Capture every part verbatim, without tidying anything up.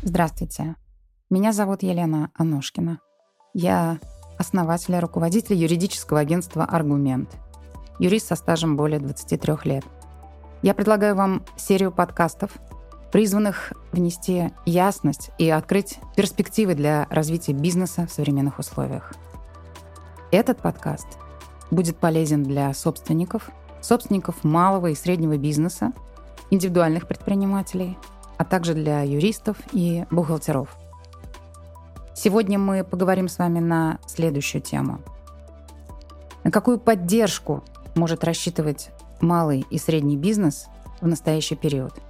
Здравствуйте. Меня зовут Елена Аношкина. Я основатель и руководитель юридического агентства «Аргумент». Юрист со стажем более двадцати трёх лет. Я предлагаю вам серию подкастов, призванных внести ясность и открыть перспективы для развития бизнеса в современных условиях. Этот подкаст будет полезен для собственников, собственников малого и среднего бизнеса, индивидуальных предпринимателей, а также для юристов и бухгалтеров. Сегодня мы поговорим с вами на следующую тему. На какую поддержку может рассчитывать малый и средний бизнес в настоящий период?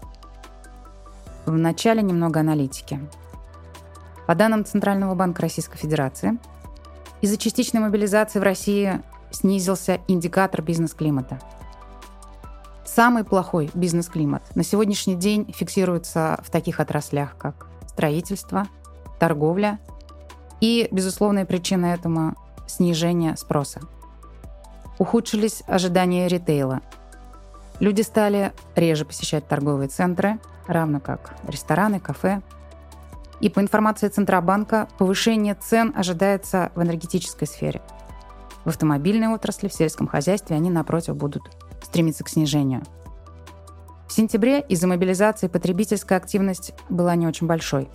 Вначале немного аналитики. По данным Центрального банка Российской Федерации, из-за частичной мобилизации в России снизился индикатор бизнес-климата. Самый плохой бизнес-климат на сегодняшний день фиксируется в таких отраслях, как строительство, торговля и, безусловная причина этому – снижение спроса. Ухудшились ожидания ритейла. Люди стали реже посещать торговые центры, равно как рестораны, кафе. И по информации Центробанка, повышение цен ожидается в энергетической сфере. В автомобильной отрасли, в сельском хозяйстве они, напротив, будут стремиться к снижению. В сентябре из-за мобилизации потребительская активность была не очень большой.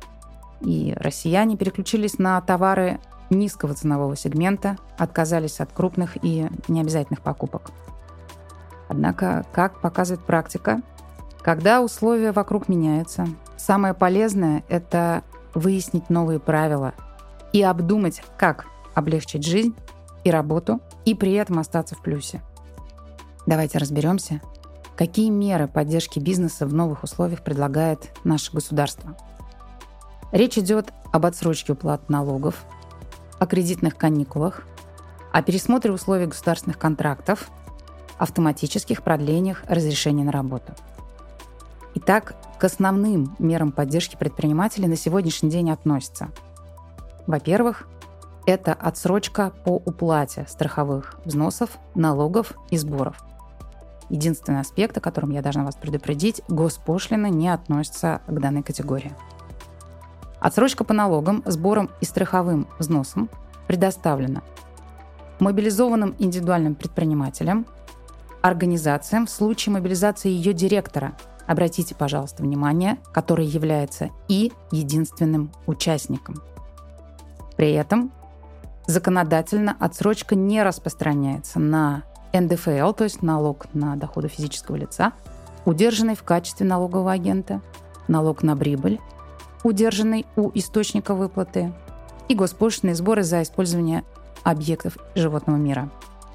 И россияне переключились на товары низкого ценового сегмента, отказались от крупных и необязательных покупок. Однако, как показывает практика, когда условия вокруг меняются, самое полезное – это выяснить новые правила и обдумать, как облегчить жизнь и работу, и при этом остаться в плюсе. Давайте разберемся, какие меры поддержки бизнеса в новых условиях предлагает наше государство. Речь идет об отсрочке уплат налогов, о кредитных каникулах, о пересмотре условий государственных контрактов, автоматических продлениях разрешения на работу. Итак, к основным мерам поддержки предпринимателей на сегодняшний день относятся: во-первых, это отсрочка по уплате страховых взносов, налогов и сборов. Единственный аспект, о котором я должна вас предупредить, госпошлины не относятся к данной категории. Отсрочка по налогам, сборам и страховым взносам предоставлена мобилизованным индивидуальным предпринимателям, организациям в случае мобилизации ее директора, обратите, пожалуйста, внимание, который является и единственным участником. При этом законодательно отсрочка не распространяется на эн дэ эф эл, то есть налог на доходы физического лица, удержанный в качестве налогового агента, налог на прибыль, удержанный у источника выплаты, и госпошлинные сборы за использование объектов животного мира.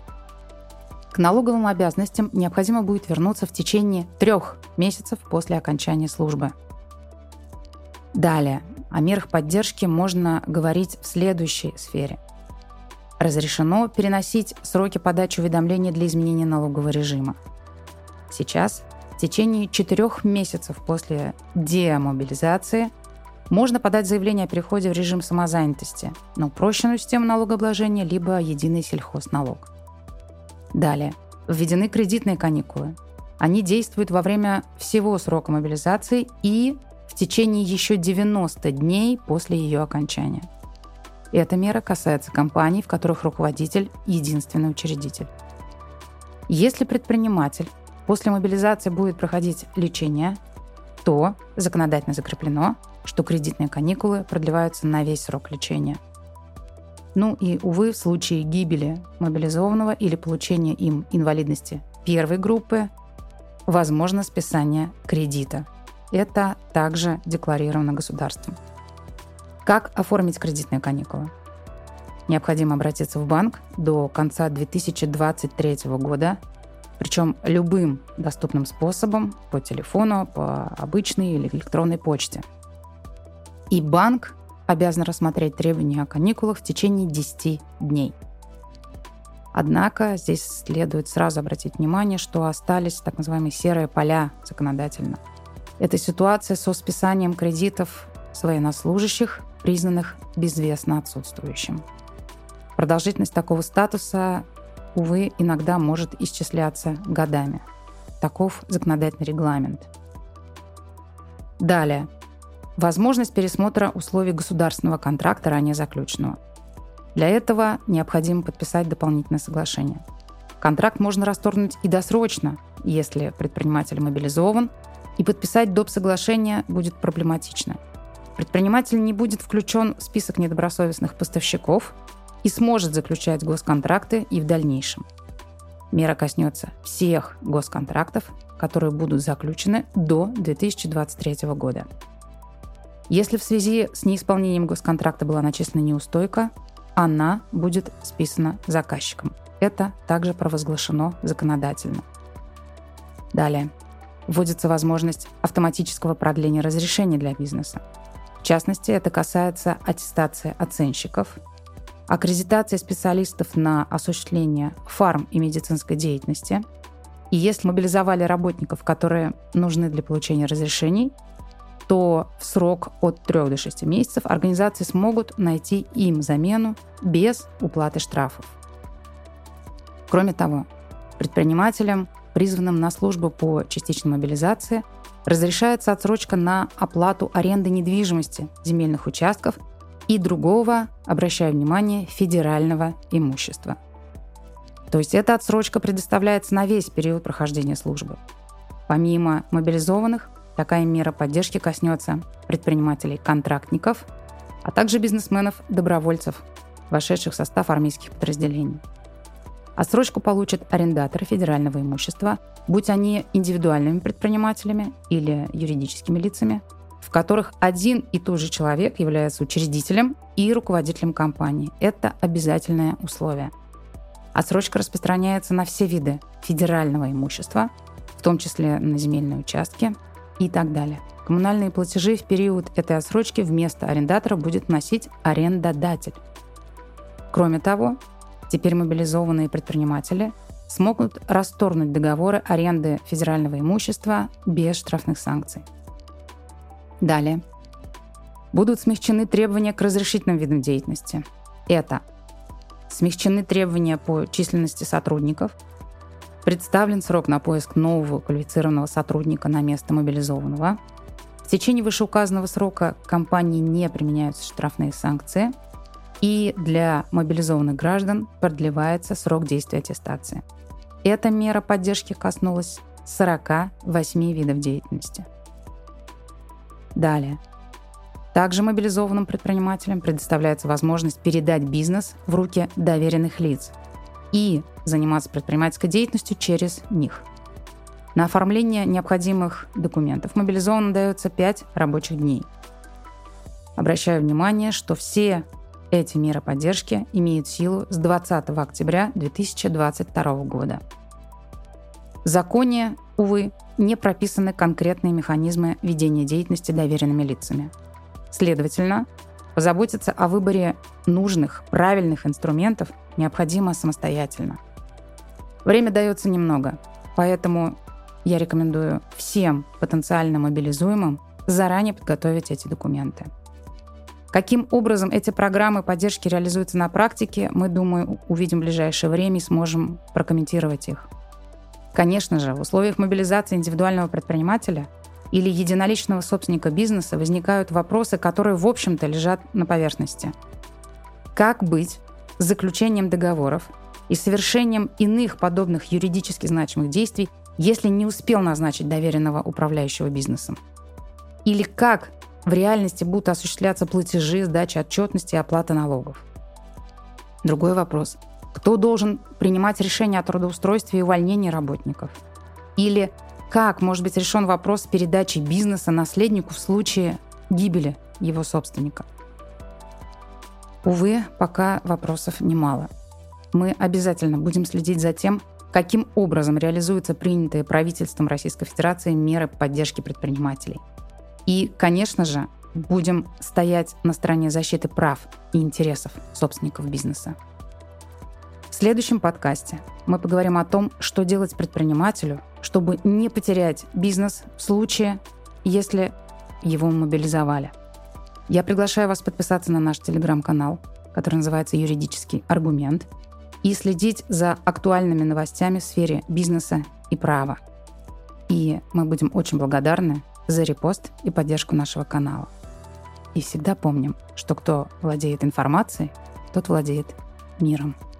К налоговым обязанностям необходимо будет вернуться в течение трех месяцев после окончания службы. Далее, о мерах поддержки можно говорить в следующей сфере. Разрешено переносить сроки подачи уведомлений для изменения налогового режима. Сейчас, в течение четырех месяцев после демобилизации, можно подать заявление о переходе в режим самозанятости на упрощенную систему налогообложения либо единый сельхозналог. Далее, введены кредитные каникулы. Они действуют во время всего срока мобилизации и в течение еще девяноста дней после ее окончания. Эта мера касается компаний, в которых руководитель – единственный учредитель. Если предприниматель после мобилизации будет проходить лечение, то законодательно закреплено, что кредитные каникулы продлеваются на весь срок лечения. Ну и, увы, в случае гибели мобилизованного или получения им инвалидности первой группы возможно списание кредита. Это также декларировано государством. Как оформить кредитные каникулы? Необходимо обратиться в банк до конца две тысячи двадцать третьего года, причем любым доступным способом, по телефону, по обычной или электронной почте. И банк обязан рассмотреть требования о каникулах в течение десяти дней. Однако здесь следует сразу обратить внимание, что остались так называемые серые поля законодательно. Это ситуация со списанием кредитов с военнослужащих, признанных безвестно отсутствующим. Продолжительность такого статуса, увы, иногда может исчисляться годами. Таков законодательный регламент. Далее. возможность пересмотра условий государственного контракта, ранее заключенного. Для этого необходимо подписать дополнительное соглашение. Контракт можно расторгнуть и досрочно, если предприниматель мобилизован, и подписать доп. Соглашение будет проблематично. Предприниматель не будет включен в список недобросовестных поставщиков и сможет заключать госконтракты и в дальнейшем. Мера коснется всех госконтрактов, которые будут заключены до две тысячи двадцать третьего года. Если в связи с неисполнением госконтракта была начислена неустойка, она будет списана заказчиком. Это также провозглашено законодательно. Далее. Вводится возможность автоматического продления разрешения для бизнеса. В частности, это касается аттестации оценщиков, аккредитации специалистов на осуществление фарм- и медицинской деятельности. И если мобилизовали работников, которые нужны для получения разрешений, то в срок от трёх до шести месяцев организации смогут найти им замену без уплаты штрафов. Кроме того, предпринимателям, призванным на службу по частичной мобилизации, разрешается отсрочка на оплату аренды недвижимости, земельных участков и другого, обращаю внимание, федерального имущества. То есть эта отсрочка предоставляется на весь период прохождения службы. Помимо мобилизованных, такая мера поддержки коснется предпринимателей-контрактников, а также бизнесменов-добровольцев, вошедших в состав армейских подразделений. Отсрочку получат арендаторы федерального имущества, будь они индивидуальными предпринимателями или юридическими лицами, в которых один и тот же человек является учредителем и руководителем компании. Это обязательное условие. Отсрочка распространяется на все виды федерального имущества, в том числе на земельные участки и так далее. Коммунальные платежи в период этой отсрочки вместо арендатора будет вносить арендодатель. Кроме того, теперь мобилизованные предприниматели смогут расторгнуть договоры аренды федерального имущества без штрафных санкций. Далее. Будут смягчены требования к разрешительным видам деятельности. Это смягчены требования по численности сотрудников, представлен срок на поиск нового квалифицированного сотрудника на место мобилизованного, в течение вышеуказанного срока компании не применяются штрафные санкции, и для мобилизованных граждан продлевается срок действия аттестации. Эта мера поддержки коснулась сорока восьми видов деятельности. Далее. Также мобилизованным предпринимателям предоставляется возможность передать бизнес в руки доверенных лиц и заниматься предпринимательской деятельностью через них. На оформление необходимых документов мобилизованным дается пять рабочих дней. Обращаю внимание, что все эти меры поддержки имеют силу с двадцатого октября две тысячи двадцать второго года. В законе, увы, не прописаны конкретные механизмы ведения деятельности доверенными лицами. Следовательно, позаботиться о выборе нужных, правильных инструментов необходимо самостоятельно. Время дается немного, поэтому я рекомендую всем потенциально мобилизуемым заранее подготовить эти документы. Каким образом эти программы поддержки реализуются на практике, мы, думаю, увидим в ближайшее время и сможем прокомментировать их. Конечно же, в условиях мобилизации индивидуального предпринимателя или единоличного собственника бизнеса возникают вопросы, которые, в общем-то, лежат на поверхности. Как быть с заключением договоров и совершением иных подобных юридически значимых действий, если не успел назначить доверенного управляющего бизнесом? Или как в реальности будут осуществляться платежи, сдача отчетности и оплата налогов? Другой вопрос. Кто должен принимать решения о трудоустройстве и увольнении работников? Или как может быть решен вопрос передачи бизнеса наследнику в случае гибели его собственника? Увы, пока вопросов немало. Мы обязательно будем следить за тем, каким образом реализуются принятые правительством Российской Федерации меры поддержки предпринимателей. И, конечно же, будем стоять на стороне защиты прав и интересов собственников бизнеса. В следующем подкасте мы поговорим о том, что делать предпринимателю, чтобы не потерять бизнес в случае, если его мобилизовали. Я приглашаю вас подписаться на наш телеграм-канал, который называется «Юридический аргумент», и следить за актуальными новостями в сфере бизнеса и права. И мы будем очень благодарны за репост и поддержку нашего канала. И всегда помним, что кто владеет информацией, тот владеет миром.